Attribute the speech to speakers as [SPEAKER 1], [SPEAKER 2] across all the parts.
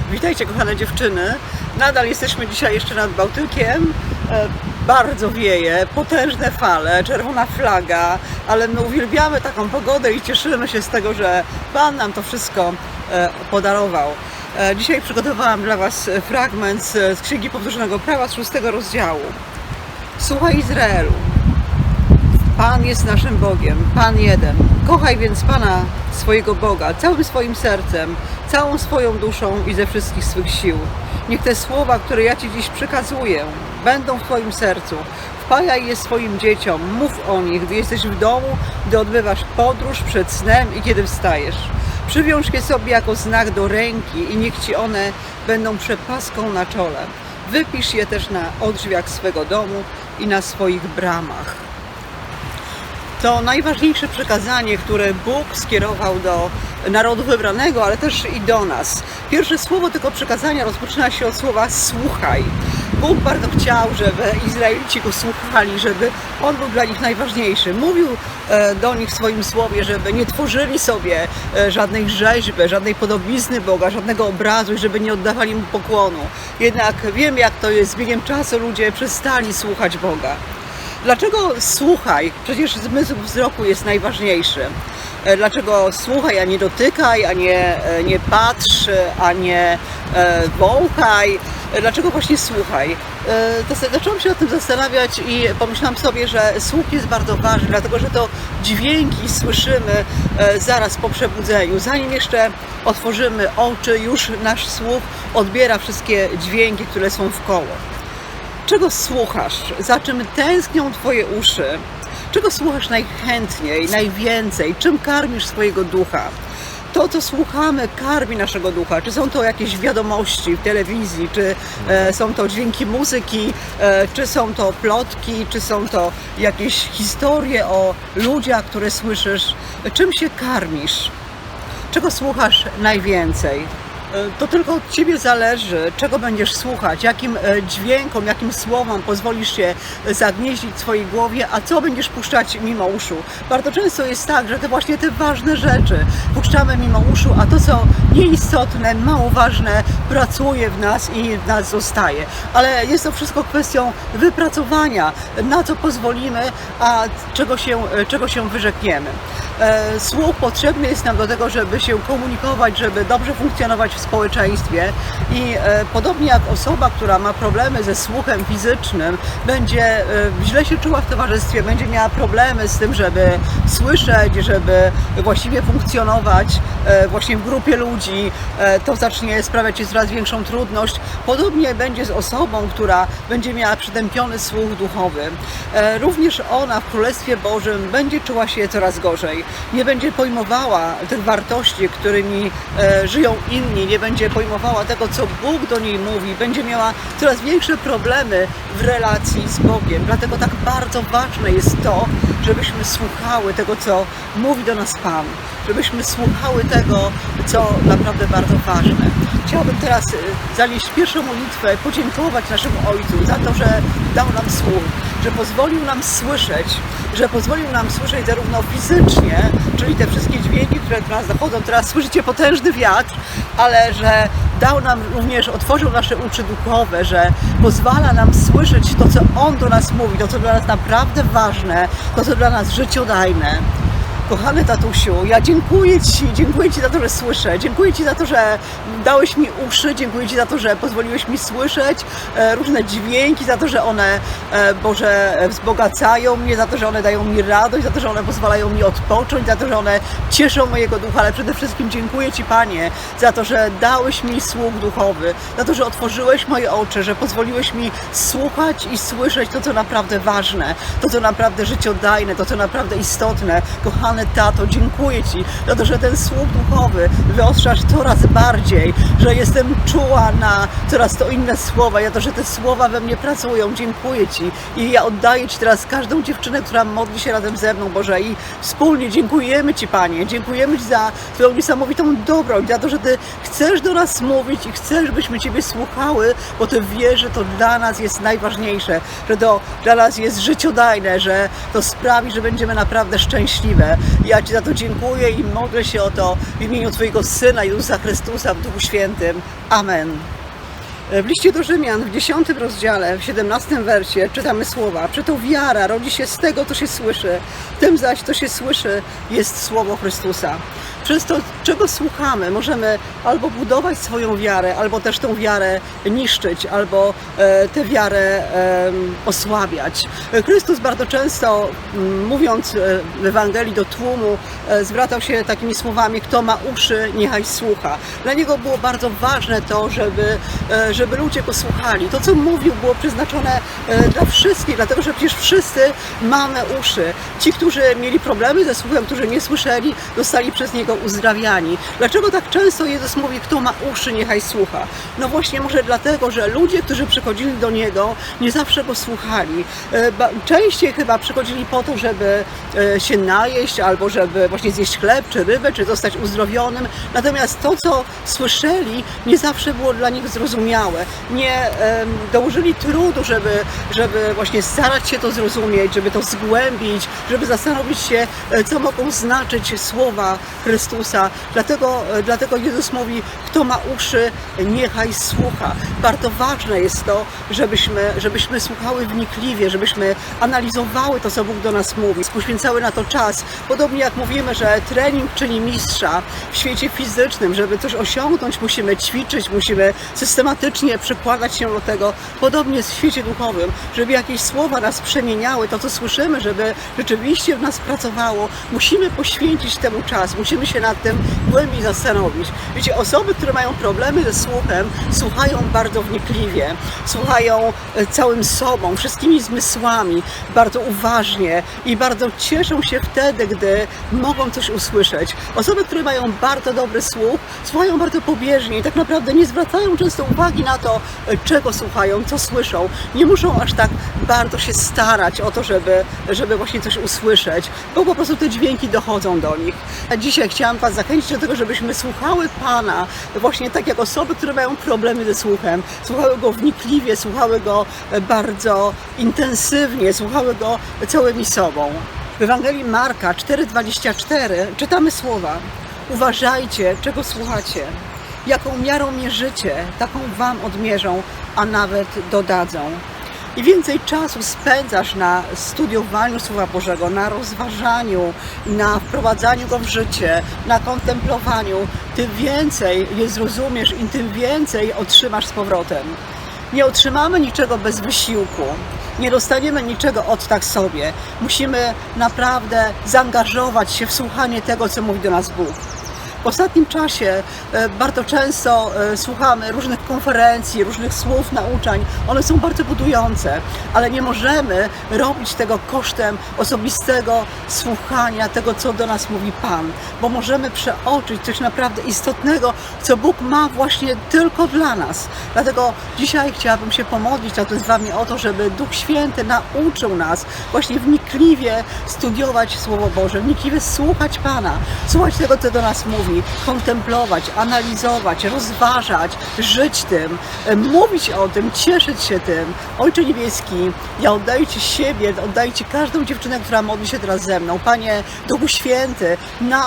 [SPEAKER 1] Witajcie, kochane dziewczyny. Nadal jesteśmy dzisiaj jeszcze nad Bałtykiem. Bardzo wieje, potężne fale, czerwona flaga, ale my uwielbiamy taką pogodę i cieszymy się z tego, że Pan nam to wszystko podarował. Dzisiaj przygotowałam dla Was fragment z Księgi Powtórzonego Prawa z 6 rozdziału. Słuchaj, Izraelu, Pan jest naszym Bogiem, Pan jeden. Kochaj więc Pana swojego Boga całym swoim sercem, całą swoją duszą i ze wszystkich swych sił. Niech te słowa, które ja Ci dziś przekazuję, będą w Twoim sercu. Wpajaj je swoim dzieciom, mów o nich, gdy jesteś w domu, gdy odbywasz podróż, przed snem i kiedy wstajesz. Przywiąż je sobie jako znak do ręki i niech Ci one będą przepaską na czole. Wypisz je też na odrzwiach swego domu i na swoich bramach. To najważniejsze przekazanie, które Bóg skierował do narodu wybranego, ale też i do nas. Pierwsze słowo tego przekazania rozpoczyna się od słowa słuchaj. Bóg bardzo chciał, żeby Izraelici Go słuchali, żeby On był dla nich najważniejszy. Mówił do nich w swoim słowie, żeby nie tworzyli sobie żadnej rzeźby, żadnej podobizny Boga, żadnego obrazu i żeby nie oddawali Mu pokłonu. Jednak wiem, jak to jest. Z biegiem czasu ludzie przestali słuchać Boga. Dlaczego słuchaj? Przecież zmysł wzroku jest najważniejszy. Dlaczego słuchaj, a nie dotykaj, a nie patrz, a nie wąchaj? Dlaczego właśnie słuchaj? Zaczęłam się o tym zastanawiać i pomyślałam sobie, że słuch jest bardzo ważny, dlatego że to dźwięki słyszymy zaraz po przebudzeniu. Zanim jeszcze otworzymy oczy, już nasz słuch odbiera wszystkie dźwięki, które są wkoło. Czego słuchasz? Za czym tęsknią Twoje uszy? Czego słuchasz najchętniej, najwięcej? Czym karmisz swojego ducha? To, co słuchamy, karmi naszego ducha. Czy są to jakieś wiadomości w telewizji, czy są to dźwięki muzyki, czy są to plotki, czy są to jakieś historie o ludziach, które słyszysz? Czym się karmisz? Czego słuchasz najwięcej? To tylko od Ciebie zależy, czego będziesz słuchać, jakim dźwiękom, jakim słowom pozwolisz się zagnieździć w swojej głowie, a co będziesz puszczać mimo uszu. Bardzo często jest tak, że właśnie te ważne rzeczy puszczamy mimo uszu, a to, co nieistotne, mało ważne, pracuje w nas i w nas zostaje. Ale jest to wszystko kwestią wypracowania, na co pozwolimy, a czego się wyrzekniemy. Słuch potrzebny jest nam do tego, żeby się komunikować, żeby dobrze funkcjonować w społeczeństwie i podobnie jak osoba, która ma problemy ze słuchem fizycznym, będzie źle się czuła w towarzystwie, będzie miała problemy z tym, żeby słyszeć, żeby właściwie funkcjonować właśnie w grupie ludzi, to zacznie sprawiać jej coraz większą trudność. Podobnie będzie z osobą, która będzie miała przytępiony słuch duchowy. Również ona w Królestwie Bożym będzie czuła się coraz gorzej. Nie będzie pojmowała tych wartości, którymi żyją inni, nie będzie pojmowała tego, co Bóg do niej mówi, będzie miała coraz większe problemy w relacji z Bogiem. Dlatego tak bardzo ważne jest to, żebyśmy słuchały tego, co mówi do nas Pan, żebyśmy słuchały tego, co naprawdę bardzo ważne. Chciałabym teraz zanieść pierwszą modlitwę, podziękować naszemu Ojcu za to, że dał nam słuch, że pozwolił nam słyszeć zarówno fizycznie, czyli te wszystkie dźwięki, które do nas dochodzą. Teraz słyszycie potężny wiatr, ale że dał nam również, otworzył nasze uszy duchowe, że pozwala nam słyszeć to, co On do nas mówi, to, co dla nas naprawdę ważne, to, co dla nas życiodajne. Kochany tatusiu, ja dziękuję Ci za to, że słyszę, dziękuję Ci za to, że dałeś mi uszy, dziękuję Ci za to, że pozwoliłeś mi słyszeć różne dźwięki, za to, że one, Boże, wzbogacają mnie, za to, że one dają mi radość, za to, że one pozwalają mi odpocząć, za to, że one cieszą mojego ducha, ale przede wszystkim dziękuję Ci, Panie, za to, że dałeś mi słuch duchowy, za to, że otworzyłeś moje oczy, że pozwoliłeś mi słuchać i słyszeć to, co naprawdę ważne, to, co naprawdę życiodajne, to, co naprawdę istotne. Kochany Tato, dziękuję Ci za to, że ten słuch duchowy wyostrzasz coraz bardziej, że jestem czuła na coraz to inne słowa, za to, że te słowa we mnie pracują. Dziękuję Ci i ja oddaję Ci teraz każdą dziewczynę, która modli się razem ze mną, Boże, i wspólnie dziękujemy Ci, Panie, dziękujemy Ci za Twoją niesamowitą dobroć, za to, że Ty chcesz do nas mówić i chcesz, byśmy Ciebie słuchały, bo Ty wiesz, że to dla nas jest najważniejsze, że to dla nas jest życiodajne, że to sprawi, że będziemy naprawdę szczęśliwe. Ja Ci za to dziękuję i modlę się o to w imieniu Twojego Syna Jezusa Chrystusa w Duchu Świętym. Amen. W liście do Rzymian w 10 rozdziale, w 17 wersie czytamy słowa: Przeto wiara rodzi się z tego, co się słyszy, tym zaś, co się słyszy, jest słowo Chrystusa. Przez to, czego słuchamy, możemy albo budować swoją wiarę, albo też tą wiarę niszczyć, albo tę wiarę osłabiać. Chrystus bardzo często, mówiąc w Ewangelii do tłumu, zwracał się takimi słowami: kto ma uszy, niechaj słucha. Dla Niego było bardzo ważne to, żeby ludzie Go słuchali. To, co mówił, było przeznaczone dla wszystkich, dlatego że przecież wszyscy mamy uszy. Ci, którzy mieli problemy ze słuchem, którzy nie słyszeli, zostali przez Niego uzdrawiani. Dlaczego tak często Jezus mówi: kto ma uszy, niechaj słucha? No właśnie może dlatego, że ludzie, którzy przychodzili do Niego, nie zawsze Go słuchali. Częściej chyba przychodzili po to, żeby się najeść, albo żeby właśnie zjeść chleb, czy rybę, czy zostać uzdrowionym. Natomiast to, co słyszeli, nie zawsze było dla nich zrozumiałe. Nie dołożyli trudu, żeby właśnie starać się to zrozumieć, żeby to zgłębić, żeby zastanowić się, co mogą znaczyć słowa Chrystusa. Dlatego Jezus mówi: kto ma uszy, niechaj słucha. Bardzo ważne jest to, żebyśmy słuchały wnikliwie, żebyśmy analizowały to, co Bóg do nas mówi, poświęcały na to czas. Podobnie jak mówimy, że trening czyni mistrza w świecie fizycznym. Żeby coś osiągnąć, musimy ćwiczyć, musimy systematycznie przykładać się do tego. Podobnie jest w świecie duchowym. Żeby jakieś słowa nas przemieniały, to, co słyszymy, żeby rzeczywiście w nas pracowało, musimy poświęcić temu czas, musimy się nad tym głębiej zastanowić. Wiecie, osoby, które mają problemy ze słuchem, słuchają bardzo wnikliwie, słuchają całym sobą, wszystkimi zmysłami, bardzo uważnie i bardzo cieszą się wtedy, gdy mogą coś usłyszeć. Osoby, które mają bardzo dobry słuch, słuchają bardzo pobieżnie i tak naprawdę nie zwracają często uwagi na to, czego słuchają, co słyszą. Nie muszą aż tak bardzo się starać o to, żeby właśnie coś usłyszeć, bo po prostu te dźwięki dochodzą do nich. A dzisiaj chciałam Was zachęcić do tego, żebyśmy słuchały Pana właśnie tak jak osoby, które mają problemy ze słuchem. Słuchały Go wnikliwie, słuchały Go bardzo intensywnie, słuchały Go całymi sobą. W Ewangelii Marka 4,24 czytamy słowa: uważajcie, czego słuchacie. Jaką miarą mierzycie, taką Wam odmierzą, a nawet dodadzą. Im więcej czasu spędzasz na studiowaniu Słowa Bożego, na rozważaniu, na wprowadzaniu go w życie, na kontemplowaniu, tym więcej je zrozumiesz i tym więcej otrzymasz z powrotem. Nie otrzymamy niczego bez wysiłku. Nie dostaniemy niczego od tak sobie. Musimy naprawdę zaangażować się w słuchanie tego, co mówi do nas Bóg. W ostatnim czasie bardzo często słuchamy różnych konferencji, różnych słów, nauczań. One są bardzo budujące, ale nie możemy robić tego kosztem osobistego słuchania tego, co do nas mówi Pan, bo możemy przeoczyć coś naprawdę istotnego, co Bóg ma właśnie tylko dla nas. Dlatego dzisiaj chciałabym się pomodlić razem z Wami o to, żeby Duch Święty nauczył nas właśnie wnikliwie studiować Słowo Boże, wnikliwie słuchać Pana, słuchać tego, co do nas mówi, kontemplować, analizować, rozważać, żyć tym, mówić o tym, cieszyć się tym. Ojcze Niebieski, ja oddaję Ci siebie, oddaję Ci każdą dziewczynę, która modli się teraz ze mną. Panie Duchu Święty,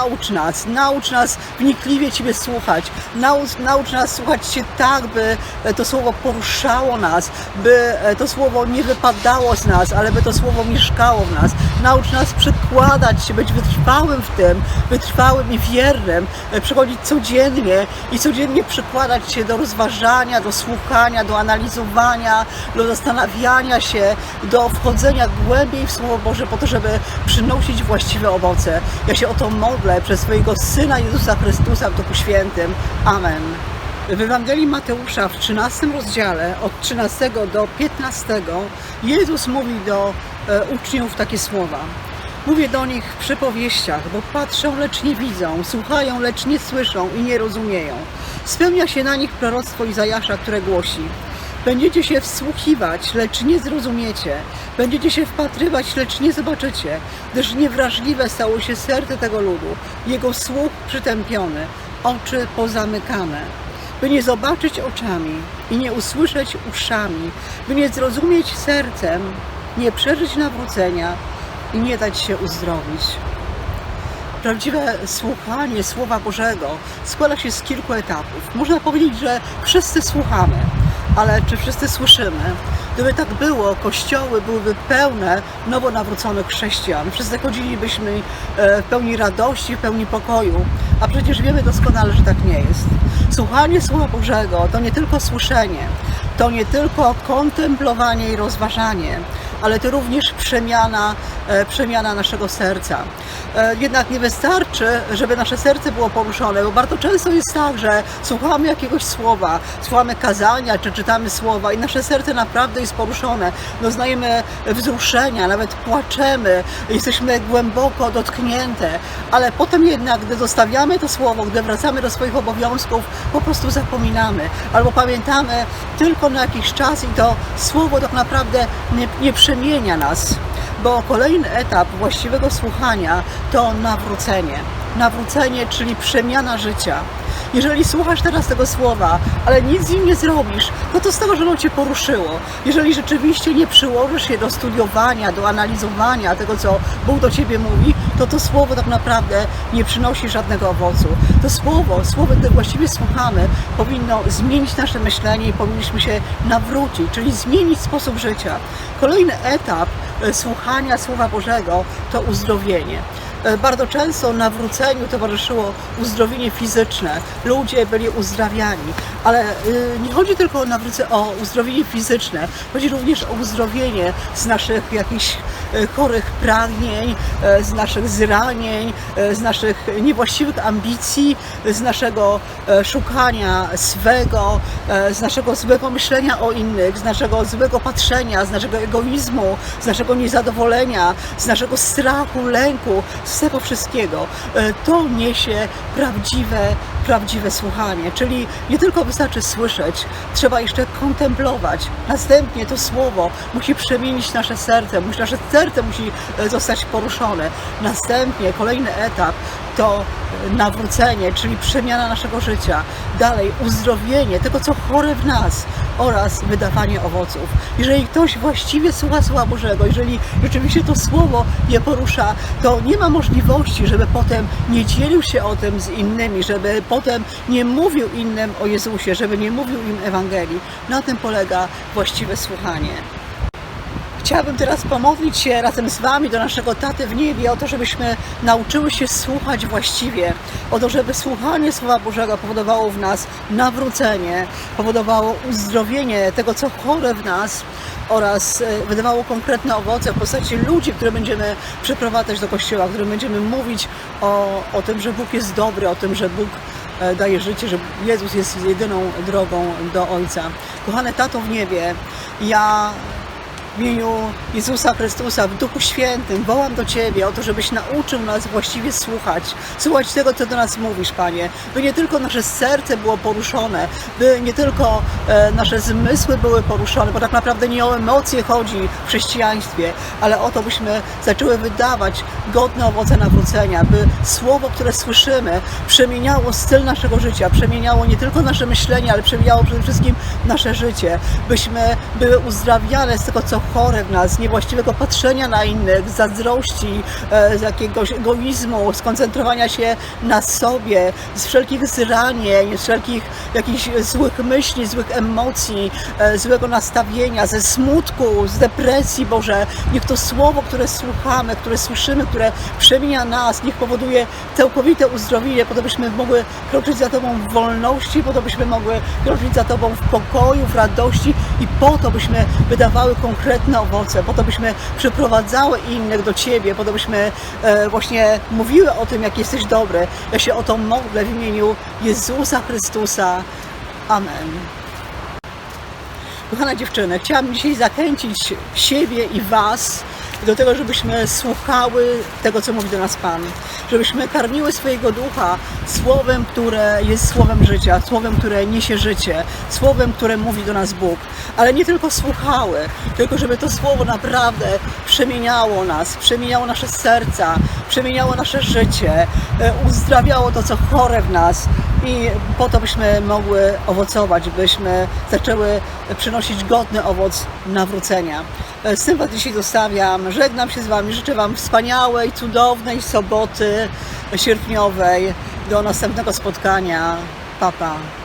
[SPEAKER 1] naucz nas wnikliwie Ciebie słuchać, naucz nas słuchać Cię tak, by to słowo poruszało nas, by to słowo nie wypadało z nas, ale by to słowo mieszkało w nas. Naucz nas przykładać się, być wytrwałym w tym, wytrwałym i wiernym, przychodzić codziennie i codziennie przykładać się do rozważania, do słuchania, do analizowania, do zastanawiania się, do wchodzenia głębiej w Słowo Boże po to, żeby przynosić właściwe owoce. Ja się o to modlę przez swojego Syna Jezusa Chrystusa w Duchu Świętym. Amen. W Ewangelii Mateusza w 13 rozdziale od 13 do 15 Jezus mówi do uczniów takie słowa: mówię do nich w przypowieściach, bo patrzą, lecz nie widzą, słuchają, lecz nie słyszą i nie rozumieją. Spełnia się na nich proroctwo Izajasza, które głosi: będziecie się wsłuchiwać, lecz nie zrozumiecie. Będziecie się wpatrywać, lecz nie zobaczycie, gdyż niewrażliwe stało się serce tego ludu, jego słuch przytępiony, oczy pozamykane, by nie zobaczyć oczami i nie usłyszeć uszami, by nie zrozumieć sercem, nie przeżyć nawrócenia i nie dać się uzdrowić. Prawdziwe słuchanie Słowa Bożego składa się z kilku etapów. Można powiedzieć, że wszyscy słuchamy, ale czy wszyscy słyszymy? Gdyby tak było, kościoły byłyby pełne nowo nawróconych chrześcijan. Wszyscy chodzilibyśmy w pełni radości, w pełni pokoju, a przecież wiemy doskonale, że tak nie jest. Słuchanie Słowa Bożego to nie tylko słyszenie, to nie tylko kontemplowanie i rozważanie, ale to również przemiana naszego serca. Jednak nie wystarczy, żeby nasze serce było poruszone, bo bardzo często jest tak, że słuchamy jakiegoś słowa, słuchamy kazania, czy czytamy słowa i nasze serce naprawdę jest poruszone. Doznajemy wzruszenia, nawet płaczemy, jesteśmy głęboko dotknięte, ale potem jednak, gdy zostawiamy to słowo, gdy wracamy do swoich obowiązków, po prostu zapominamy, albo pamiętamy tylko na jakiś czas i to słowo tak naprawdę nie przemienia nas, bo kolejny etap właściwego słuchania to nawrócenie. Nawrócenie, czyli przemiana życia. Jeżeli słuchasz teraz tego słowa, ale nic z nim nie zrobisz, no to z tego, że ono Cię poruszyło. Jeżeli rzeczywiście nie przyłożysz się do studiowania, do analizowania tego, co Bóg do Ciebie mówi, to słowo tak naprawdę nie przynosi żadnego owocu. To słowo, gdy właściwie słuchamy, powinno zmienić nasze myślenie i powinniśmy się nawrócić, czyli zmienić sposób życia. Kolejny etap słuchania Słowa Bożego to uzdrowienie. Bardzo często nawróceniu towarzyszyło uzdrowienie fizyczne. Ludzie byli uzdrawiani, ale nie chodzi tylko o uzdrowienie fizyczne, chodzi również o uzdrowienie z naszych jakichś chorych pragnień, z naszych zranień, z naszych niewłaściwych ambicji, z naszego szukania swego, z naszego złego myślenia o innych, z naszego złego patrzenia, z naszego egoizmu, z naszego niezadowolenia, z naszego strachu, lęku, z tego wszystkiego. To niesie prawdziwe słuchanie, czyli nie tylko wystarczy słyszeć, trzeba jeszcze kontemplować. Następnie to słowo musi przemienić nasze serce musi zostać poruszone. Następnie kolejny etap to nawrócenie, czyli przemiana naszego życia. Dalej uzdrowienie tego, co chore w nas oraz wydawanie owoców. Jeżeli ktoś właściwie słucha Słowa Bożego, jeżeli rzeczywiście to słowo je porusza, to nie ma możliwości, żeby potem nie dzielił się o tym z innymi, żeby potem nie mówił innym o Jezusie, żeby nie mówił im Ewangelii. Na tym polega właściwe słuchanie. Chciałabym teraz pomodlić się razem z Wami do naszego Taty w niebie o to, żebyśmy nauczyły się słuchać właściwie, o to, żeby słuchanie Słowa Bożego powodowało w nas nawrócenie, powodowało uzdrowienie tego, co chore w nas oraz wydawało konkretne owoce w postaci ludzi, które będziemy przyprowadzać do Kościoła, którym będziemy mówić o tym, że Bóg jest dobry, o tym, że Bóg daje życie, że Jezus jest jedyną drogą do Ojca. Kochany Tato w niebie, ja w imieniu Jezusa Chrystusa, w Duchu Świętym wołam do Ciebie o to, żebyś nauczył nas właściwie słuchać tego, co do nas mówisz, Panie, by nie tylko nasze serce było poruszone, by nie tylko nasze zmysły były poruszone, bo tak naprawdę nie o emocje chodzi w chrześcijaństwie, ale o to, byśmy zaczęły wydawać godne owoce nawrócenia, by słowo, które słyszymy, przemieniało styl naszego życia, przemieniało nie tylko nasze myślenie, ale przemieniało przede wszystkim nasze życie, byśmy były uzdrawiane z tego, co chore w nas, z niewłaściwego patrzenia na innych, z zazdrości, z jakiegoś egoizmu, skoncentrowania się na sobie, z wszelkich zranień, z wszelkich jakichś złych myśli, złych emocji, złego nastawienia, ze smutku, z depresji. Boże, niech to słowo, które słuchamy, które słyszymy, które przemienia nas, niech powoduje całkowite uzdrowienie, po to byśmy mogły kroczyć za Tobą w wolności, po to byśmy mogły kroczyć za Tobą w pokoju, w radości i po to byśmy wydawały konkretne owoce, po to byśmy przyprowadzały innych do Ciebie, po to byśmy właśnie mówiły o tym, jak jesteś dobry. Ja się o to modlę w imieniu Jezusa Chrystusa. Amen. Kochane dziewczyny, chciałam dzisiaj zachęcić siebie i Was do tego, żebyśmy słuchały tego, co mówi do nas Pan. Żebyśmy karmiły swojego ducha słowem, które jest słowem życia, słowem, które niesie życie, słowem, które mówi do nas Bóg. Ale nie tylko słuchały, tylko żeby to słowo naprawdę przemieniało nas, przemieniało nasze serca, przemieniało nasze życie, uzdrawiało to, co chore w nas, i po to, byśmy mogły owocować, byśmy zaczęły przynosić godny owoc nawrócenia. Z tym Was dzisiaj zostawiam, żegnam się z Wami, życzę Wam wspaniałej, cudownej soboty sierpniowej. Do następnego spotkania. Pa, pa.